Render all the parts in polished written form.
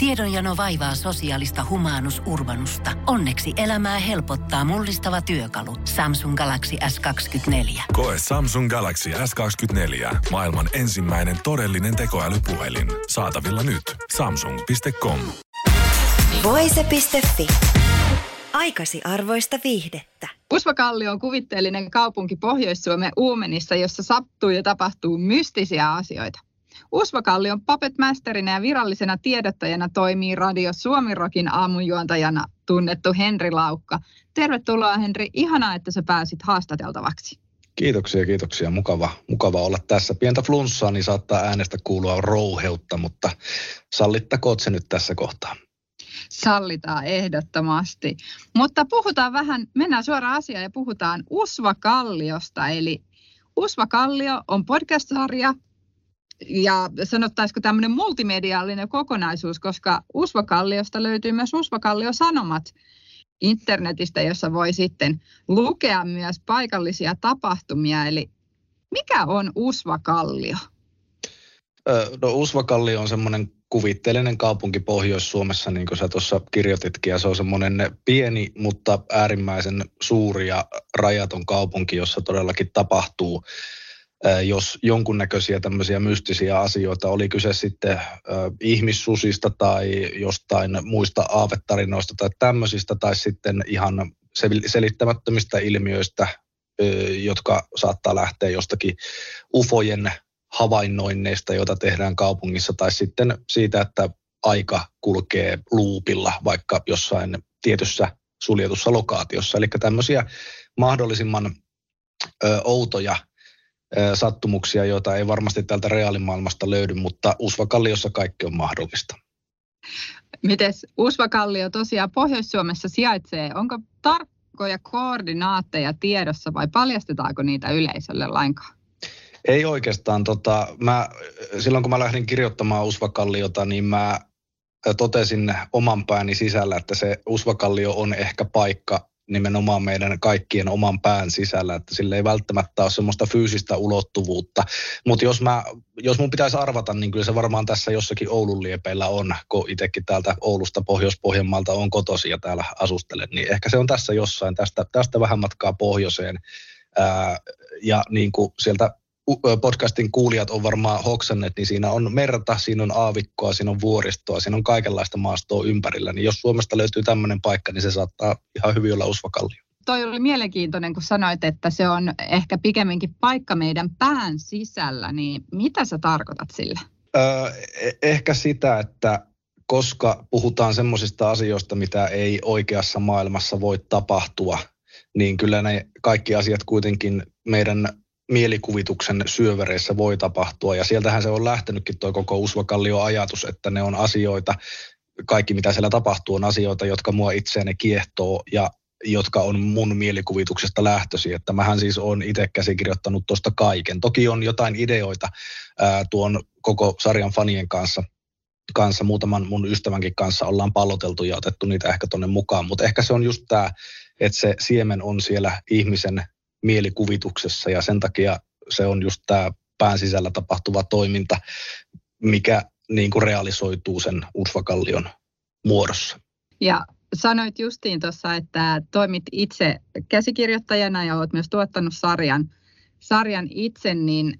Tiedonjano vaivaa sosiaalista humanus urbanusta. Onneksi elämää helpottaa mullistava työkalu. Samsung Galaxy S24. Koe Samsung Galaxy S24. Maailman ensimmäinen todellinen tekoälypuhelin. Saatavilla nyt. Samsung.com. Voise.fi. Aikasi arvoista viihdettä. Usva-Kallio on kuvitteellinen kaupunki Pohjois-Suomen Uumenissa, jossa sattuu ja tapahtuu mystisiä asioita. Usva-Kallion puppet-mästerinä ja virallisena tiedottajana toimii Radio Suomi Rockin aamunjuontajana tunnettu Henri Laukka. Tervetuloa Henri, ihanaa, että sä pääsit haastateltavaksi. Kiitoksia. Mukava olla tässä. Pientä flunssaa, niin saattaa äänestä kuulua rouheutta, mutta sallittakoot se nyt tässä kohtaa. Sallitaan ehdottomasti. Mutta mennään suoraan asiaan ja puhutaan Usva-Kalliosta. Eli Usva-Kallio on podcast-sarja ja sanottaisiko tämmöinen multimediaalinen kokonaisuus, koska Usva-Kalliosta löytyy myös Usva-Kallio-sanomat internetistä, jossa voi sitten lukea myös paikallisia tapahtumia. Eli mikä on Usva-Kallio? No Usva-Kallio on semmoinen kuvitteellinen kaupunki Pohjois-Suomessa, niin kuin sä tuossa kirjoititkin, ja se on semmoinen pieni, mutta äärimmäisen suuri ja rajaton kaupunki, jossa todellakin tapahtuu, jos jonkunnäköisiä tämmöisiä mystisiä asioita, oli kyse sitten ihmissusista tai jostain muista aavetarinoista tai tämmöisistä, tai sitten ihan selittämättömistä ilmiöistä, jotka saattaa lähteä jostakin ufojen havainnoinneista, joita tehdään kaupungissa, tai sitten siitä, että aika kulkee luupilla vaikka jossain tietyssä suljetussa lokaatiossa. Eli tämmöisiä mahdollisimman outoja sattumuksia, joita ei varmasti täältä reaalimaailmasta löydy, mutta Usva-Kalliossa kaikki on mahdollista. Mites Usva-Kallio tosiaan Pohjois-Suomessa sijaitsee? Onko tarkkoja koordinaatteja tiedossa vai paljastetaanko niitä yleisölle lainkaan? Ei oikeastaan. Silloin kun mä lähdin kirjoittamaan Usva-Kalliota, niin mä totesin oman pääni sisällä, että se Usva-Kallio on ehkä paikka nimenomaan meidän kaikkien oman pään sisällä, että sillä ei välttämättä ole semmoista fyysistä ulottuvuutta. Mutta jos mun pitäisi arvata, niin kyllä se varmaan tässä jossakin Oulun liepeillä on, kun itsekin täältä Oulusta Pohjois-Pohjanmaalta on kotoisin ja täällä asustelen, niin ehkä se on tässä jossain, tästä vähän matkaa pohjoiseen. Ja niin kuin sieltä podcastin kuulijat on varmaan hoksanneet, niin siinä on merta, siinä on aavikkoa, siinä on vuoristoa, siinä on kaikenlaista maastoa ympärillä. Niin jos Suomesta löytyy tämmöinen paikka, niin se saattaa ihan hyvin olla Usva-Kallio. Toi oli mielenkiintoinen, kun sanoit, että se on ehkä pikemminkin paikka meidän pään sisällä. Niin mitä sä tarkoitat sillä? Ehkä sitä, että koska puhutaan semmoisista asioista, mitä ei oikeassa maailmassa voi tapahtua, niin kyllä ne kaikki asiat kuitenkin meidän mielikuvituksen syövereissä voi tapahtua, ja sieltähän se on lähtenytkin tuo koko Usva-Kallio-ajatus, että ne on asioita, kaikki mitä siellä tapahtuu on asioita, jotka mua itseäni kiehtoo ja jotka on mun mielikuvituksesta lähtöisin, että mähän siis olen itse käsikirjoittanut tuosta kaiken. Toki on jotain ideoita tuon koko sarjan fanien kanssa, muutaman mun ystävänkin kanssa ollaan palloteltu ja otettu niitä ehkä tonne mukaan, mutta ehkä se on just tämä, että se siemen on siellä ihmisen mielikuvituksessa ja sen takia se on just tämä pään sisällä tapahtuva toiminta, mikä niin kuin realisoituu sen Usva-Kallion muodossa. Ja sanoit justiin tuossa, että toimit itse käsikirjoittajana ja olet myös tuottanut sarjan itse, niin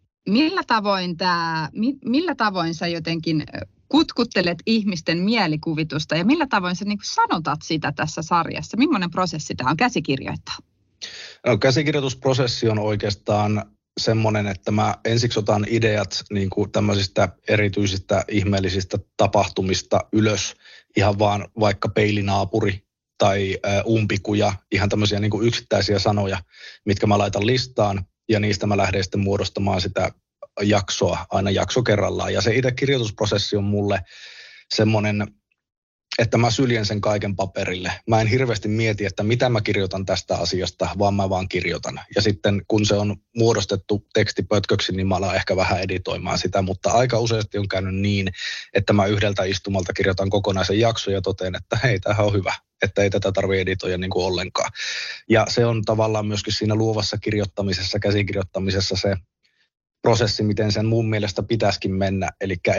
millä tavoin sä jotenkin kutkuttelet ihmisten mielikuvitusta ja millä tavoin sä niin kuin sanotat sitä tässä sarjassa? Millainen prosessi tämä on käsikirjoittaa? No, käsikirjoitusprosessi on oikeastaan semmoinen, että mä ensiksi otan ideat niin kuin tämmöisistä erityisistä ihmeellisistä tapahtumista ylös, ihan vaan vaikka peilinaapuri tai umpikuja, ihan tämmöisiä niin kuin yksittäisiä sanoja, mitkä mä laitan listaan, ja niistä mä lähden sitten muodostamaan sitä jaksoa aina jakso kerrallaan. Ja se itse kirjoitusprosessi on mulle semmoinen, että mä syljen sen kaiken paperille. Mä en hirveästi mieti, että mitä mä kirjoitan tästä asiasta, vaan mä vaan kirjoitan. Ja sitten kun se on muodostettu tekstipötköksi, niin mä alan ehkä vähän editoimaan sitä, mutta aika useasti on käynyt niin, että mä yhdeltä istumalta kirjoitan kokonaisen jakson ja totean, että hei, tämähän on hyvä, että ei tätä tarvitse editoida niin kuin ollenkaan. Ja se on tavallaan myöskin siinä luovassa kirjoittamisessa, käsikirjoittamisessa se prosessi, miten sen mun mielestä pitäisikin mennä, eli ei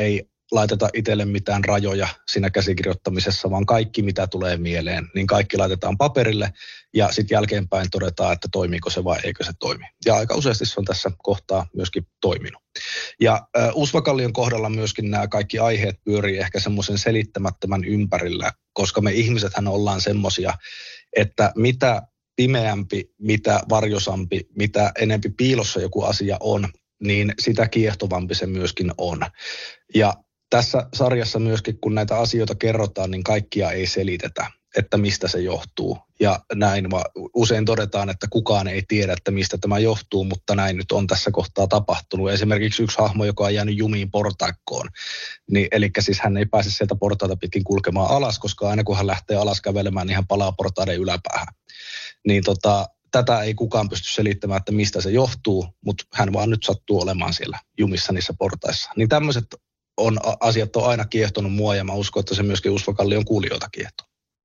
laiteta itselle mitään rajoja siinä käsikirjoittamisessa, vaan kaikki mitä tulee mieleen, niin kaikki laitetaan paperille ja sitten jälkeenpäin todetaan, että toimiiko se vai eikö se toimi. Ja aika useasti se on tässä kohtaa myöskin toiminut. Ja Usva Kallion kohdalla myöskin nämä kaikki aiheet pyörii ehkä semmoisen selittämättömän ympärillä, koska me ihmisethän ollaan semmoisia, että mitä pimeämpi, mitä varjosampi, mitä enempi piilossa joku asia on, niin sitä kiehtovampi se myöskin on. Ja tässä sarjassa myöskin, kun näitä asioita kerrotaan, niin kaikkia ei selitetä, että mistä se johtuu. Ja näin usein todetaan, että kukaan ei tiedä, että mistä tämä johtuu, mutta näin nyt on tässä kohtaa tapahtunut. Esimerkiksi yksi hahmo, joka on jäänyt jumiin portaikkoon, niin, eli siis hän ei pääse sieltä portaita pitkin kulkemaan alas, koska aina kun hän lähtee alas kävelemään, niin hän palaa portaiden yläpäähän. Niin tätä ei kukaan pysty selittämään, että mistä se johtuu, mutta hän vaan nyt sattuu olemaan siellä jumissa niissä portaissa. Niin tämmöiset asiat on aina kiehtonut mua ja mä uskon, että se myöskin Usva Kallion kuulijoita kiehtoo.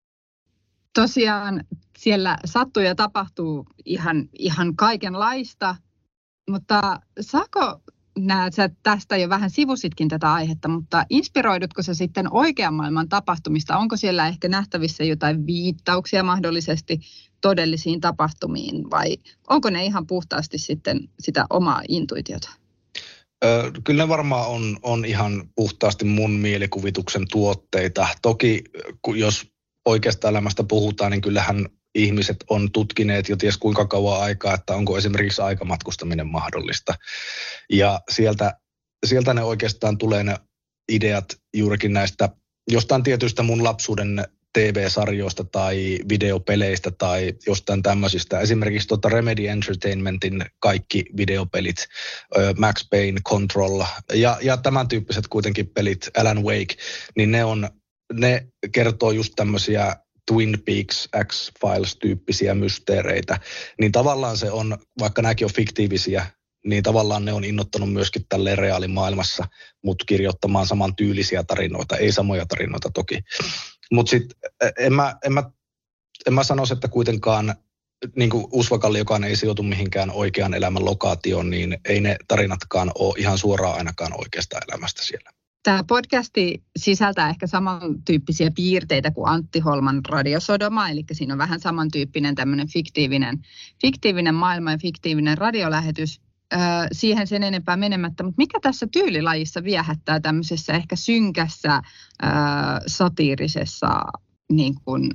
Tosiaan siellä sattuu ja tapahtuu ihan kaikenlaista, mutta saako, sä tästä jo vähän sivusitkin tätä aihetta, mutta inspiroidutko sä sitten oikean maailman tapahtumista? Onko siellä ehkä nähtävissä jotain viittauksia mahdollisesti todellisiin tapahtumiin vai onko ne ihan puhtaasti sitten sitä omaa intuitiota? Kyllä ne varmaan on ihan puhtaasti mun mielikuvituksen tuotteita. Toki jos oikeasta elämästä puhutaan, niin kyllähän ihmiset on tutkineet jo ties kuinka kauan aikaa, että onko esimerkiksi aikamatkustaminen mahdollista. Ja sieltä ne oikeastaan tulee ne ideat juurikin näistä jostain tietyistä mun lapsuuden TV-sarjoista tai videopeleistä tai jostain tämmöisistä. Esimerkiksi Remedy Entertainmentin kaikki videopelit, Max Payne, Control ja tämän tyyppiset kuitenkin pelit, Alan Wake, niin ne kertoo just tämmöisiä Twin Peaks, X-Files-tyyppisiä mysteereitä. Niin tavallaan se on, vaikka nämäkin on fiktiivisiä, niin tavallaan ne on innottanut myöskin tälleen reaalimaailmassa mut kirjoittamaan saman tyylisiä tarinoita, ei samoja tarinoita toki. Mutta sitten en mä sanoisi, että kuitenkaan niin kuin Usva Kalliokaan ei sijoitu mihinkään oikean elämän lokaatioon, niin ei ne tarinatkaan ole ihan suoraan ainakaan oikeasta elämästä siellä. Tämä podcasti sisältää ehkä samantyyppisiä piirteitä kuin Antti Holman Radio Sodoma, eli siinä on vähän samantyyppinen tämmöinen fiktiivinen maailma ja fiktiivinen radiolähetys. Siihen sen enempää menemättä, mutta mikä tässä tyylilajissa viehättää tämmöisessä ehkä synkässä, satiirisessa niin kuin,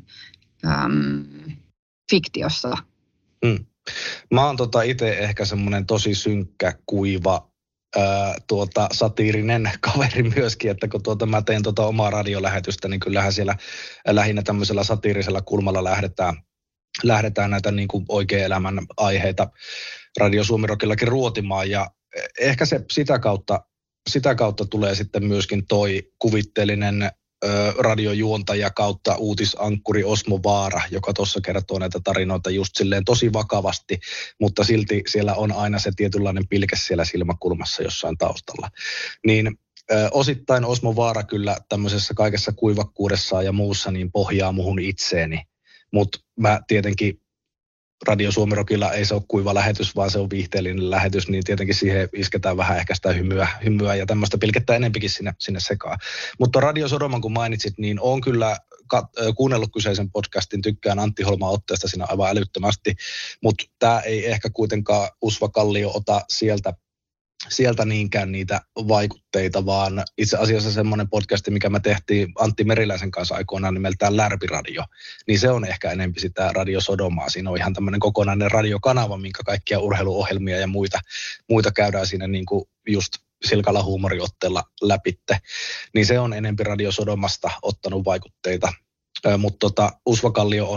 fiktiossa? Mä oon itse ehkä semmoinen tosi synkkä, kuiva, satiirinen kaveri myöskin, että kun mä teen omaa radiolähetystä, niin kyllähän siellä lähinnä tämmöisellä satiirisella kulmalla lähdetään näitä niin kuin oikean elämän aiheita Radio Suomi Rockillakin ruotimaan ja ehkä se sitä kautta tulee sitten myöskin toi kuvitteellinen radiojuontaja kautta uutisankkuri Osmo Vaara, joka tuossa kertoo näitä tarinoita just silleen tosi vakavasti, mutta silti siellä on aina se tietynlainen pilke siellä silmäkulmassa jossain taustalla. Niin osittain Osmo Vaara kyllä tämmöisessä kaikessa kuivakkuudessaan ja muussa niin pohjaa muhun itseeni, mutta mä tietenkin Radio Suomi Rockilla ei se ole kuiva lähetys, vaan se on viihteellinen lähetys, niin tietenkin siihen isketään vähän ehkä sitä hymyä ja tämmöistä pilkettä enempikin sinne sekaan. Mutta Radio Sodoman, kun mainitsit, niin olen kyllä kuunnellut kyseisen podcastin, tykkään Antti Holman otteesta siinä aivan älyttömästi, mutta tämä ei ehkä kuitenkaan Usva Kallio ota sieltä niinkään niitä vaikutteita, vaan itse asiassa semmoinen podcasti, mikä me tehtiin Antti Meriläisen kanssa aikoinaan nimeltään Lärpiradio, niin se on ehkä enemmän sitä Radio Sodomaa. Siinä on ihan tämmöinen kokonainen radiokanava, minkä kaikkia urheiluohjelmia ja muita käydään siinä niin kuin just silkalla huumoriotteella läpitte. Niin se on enemmän Radio Sodomasta ottanut vaikutteita, mutta Usva Kallio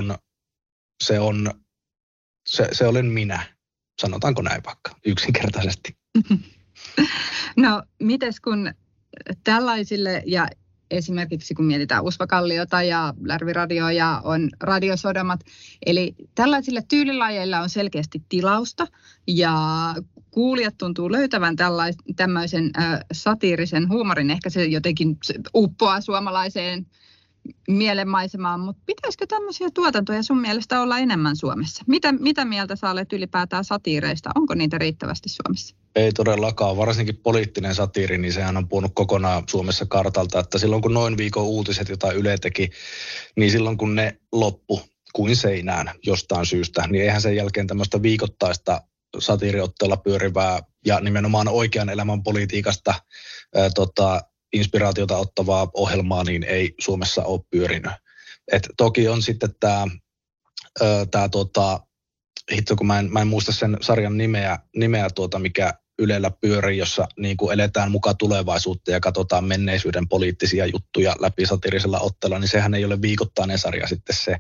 se olen minä, sanotaanko näin vaikka yksinkertaisesti. No, mites kun tällaisille ja esimerkiksi kun mietitään Usva Kalliota ja Lärviradioa ja on radiosodomat, eli tällaisille tyylilajeilla on selkeästi tilausta ja kuulijat tuntuu löytävän tämmöisen satiirisen huumorin, ehkä se jotenkin uppoaa suomalaiseen mielenmaisemaan, mutta pitäisikö tämmöisiä tuotantoja sun mielestä olla enemmän Suomessa? Mitä mieltä sä olet ylipäätään satiireista? Onko niitä riittävästi Suomessa? Ei todellakaan. Varsinkin poliittinen satiiri, niin sehän on puhunut kokonaan Suomessa kartalta, että silloin kun noin viikon uutiset, jota Yle teki, niin silloin kun ne loppu kuin seinään jostain syystä, niin eihän sen jälkeen tämmöistä viikoittaista satiiriotteella pyörivää ja nimenomaan oikean elämän politiikasta inspiraatiota ottavaa ohjelmaa, niin ei Suomessa ole pyörinyt. Et toki on sitten tämä hitto, kun mä en muista sen sarjan nimeä mikä Ylellä pyörii, jossa niin kuin eletään muka tulevaisuutta ja katsotaan menneisyyden poliittisia juttuja läpi satiirisella otteella, niin sehän ei ole viikoittainen sarja sitten se.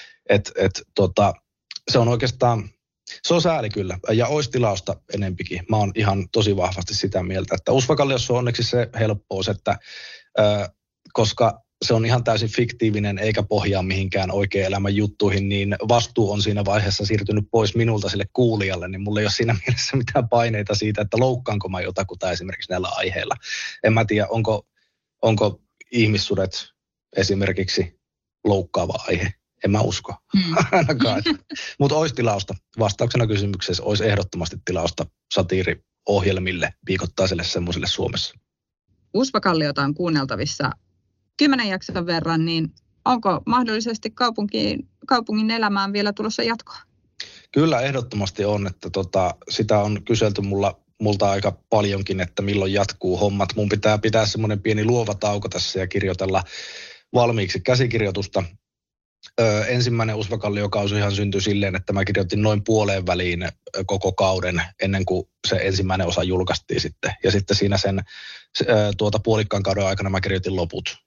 Se on oikeastaan, se on sääli kyllä, ja olisi tilausta enempikin. Mä oon ihan tosi vahvasti sitä mieltä, että Usvakalliossa on onneksi se helppous, että koska se on ihan täysin fiktiivinen eikä pohjaa mihinkään oikean elämän juttuihin, niin vastuu on siinä vaiheessa siirtynyt pois minulta sille kuulijalle, niin mulla ei ole siinä mielessä mitään paineita siitä, että loukkaanko mä jotakuta esimerkiksi näillä aiheilla. En mä tiedä, onko ihmissudet esimerkiksi loukkaava aihe. En mä usko, ainakaan. Mutta olisi tilausta. Vastauksena kysymyksessä olisi ehdottomasti tilausta satiiriohjelmille, viikoittaiselle semmoiselle Suomessa. Usvakalliota on kuunneltavissa 10 jakson verran, niin onko mahdollisesti kaupungin elämään vielä tulossa jatkoa? Kyllä ehdottomasti on, että sitä on kyselty multa aika paljonkin, että milloin jatkuu hommat. Mun pitää semmoinen pieni luova tauko tässä ja kirjoitella valmiiksi käsikirjoitusta. Ensimmäinen Usvakallio-kausihan syntyi silleen, että mä kirjoitin noin puoleen väliin koko kauden ennen kuin se ensimmäinen osa julkaistiin sitten. Ja sitten siinä sen puolikkaan kauden aikana mä kirjoitin loput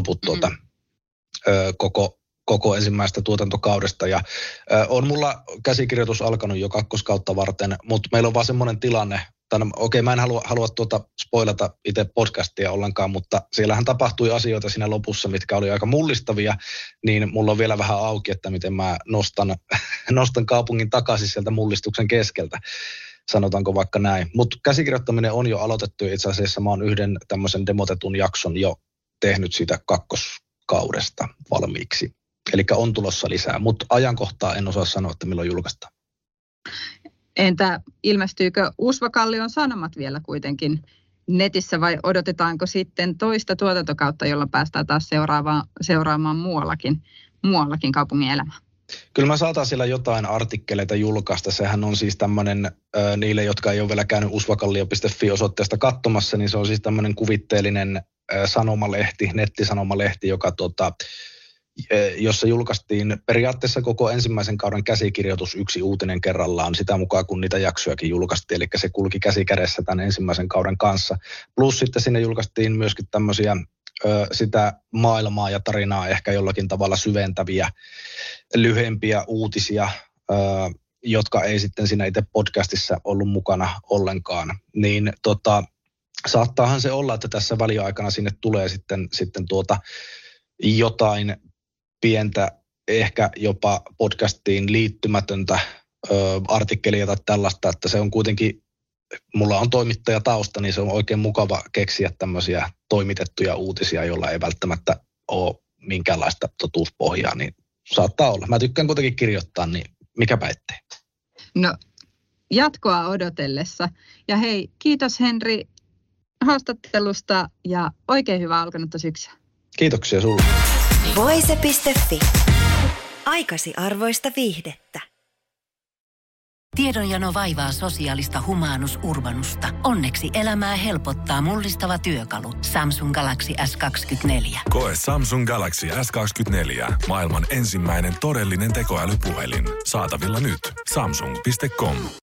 koko ensimmäistä tuotantokaudesta. Ja on mulla käsikirjoitus alkanut jo kakkoskautta varten, mutta meillä on vaan semmoinen tilanne, mä en halua spoilata itse podcastia ollenkaan, mutta siellähän tapahtui asioita siinä lopussa, mitkä oli aika mullistavia, niin mulla on vielä vähän auki, että miten mä nostan kaupungin takaisin sieltä mullistuksen keskeltä, sanotaanko vaikka näin. Mutta käsikirjoittaminen on jo aloitettu, itse asiassa mä oon yhden tämmöisen demotetun jakson jo tehnyt siitä kakkoskaudesta valmiiksi. Eli on tulossa lisää, mutta ajankohtaa en osaa sanoa, että milloin julkaistaan. Entä ilmestyykö Usvakallion sanomat vielä kuitenkin netissä vai odotetaanko sitten toista tuotantokautta, jolla päästään taas seuraamaan muuallakin kaupungin elämää? Kyllä mä saatan siellä jotain artikkeleita julkaista. Sehän on siis tämmöinen, niille jotka ei ole vielä käynyt usvakallio.fi-osoitteesta katsomassa, niin se on siis tämmöinen kuvitteellinen sanomalehti, nettisanomalehti, jossa julkaistiin periaatteessa koko ensimmäisen kauden käsikirjoitus yksi uutinen kerrallaan sitä mukaan, kun niitä jaksojakin julkaistiin. Eli se kulki käsi kädessä tämän ensimmäisen kauden kanssa. Plus sitten sinne julkaistiin myöskin tämmöisiä sitä maailmaa ja tarinaa ehkä jollakin tavalla syventäviä, lyhyempiä uutisia, jotka ei sitten siinä itse podcastissa ollut mukana ollenkaan. Niin saattaahan se olla, että tässä väliaikana sinne tulee sitten jotain pientä, ehkä jopa podcastiin liittymätöntä artikkelia tai tällaista, että se on kuitenkin, mulla on toimittajatausta, niin se on oikein mukava keksiä tämmöisiä toimitettuja uutisia, joilla ei välttämättä ole minkäänlaista totuuspohjaa, niin saattaa olla. Mä tykkään kuitenkin kirjoittaa, niin mikäpä ettei. No, jatkoa odotellessa. Ja hei, kiitos Henri haastattelusta ja oikein hyvää alkanutta syksyä. Kiitoksia sulle. Voise.fi. Aikasi arvoista viihdettä. Tiedonjano vaivaa sosiaalista humanus urbanusta. Onneksi elämää helpottaa mullistava työkalu. Samsung Galaxy S24. Koe Samsung Galaxy S24. Maailman ensimmäinen todellinen tekoälypuhelin. Saatavilla nyt. Samsung.com.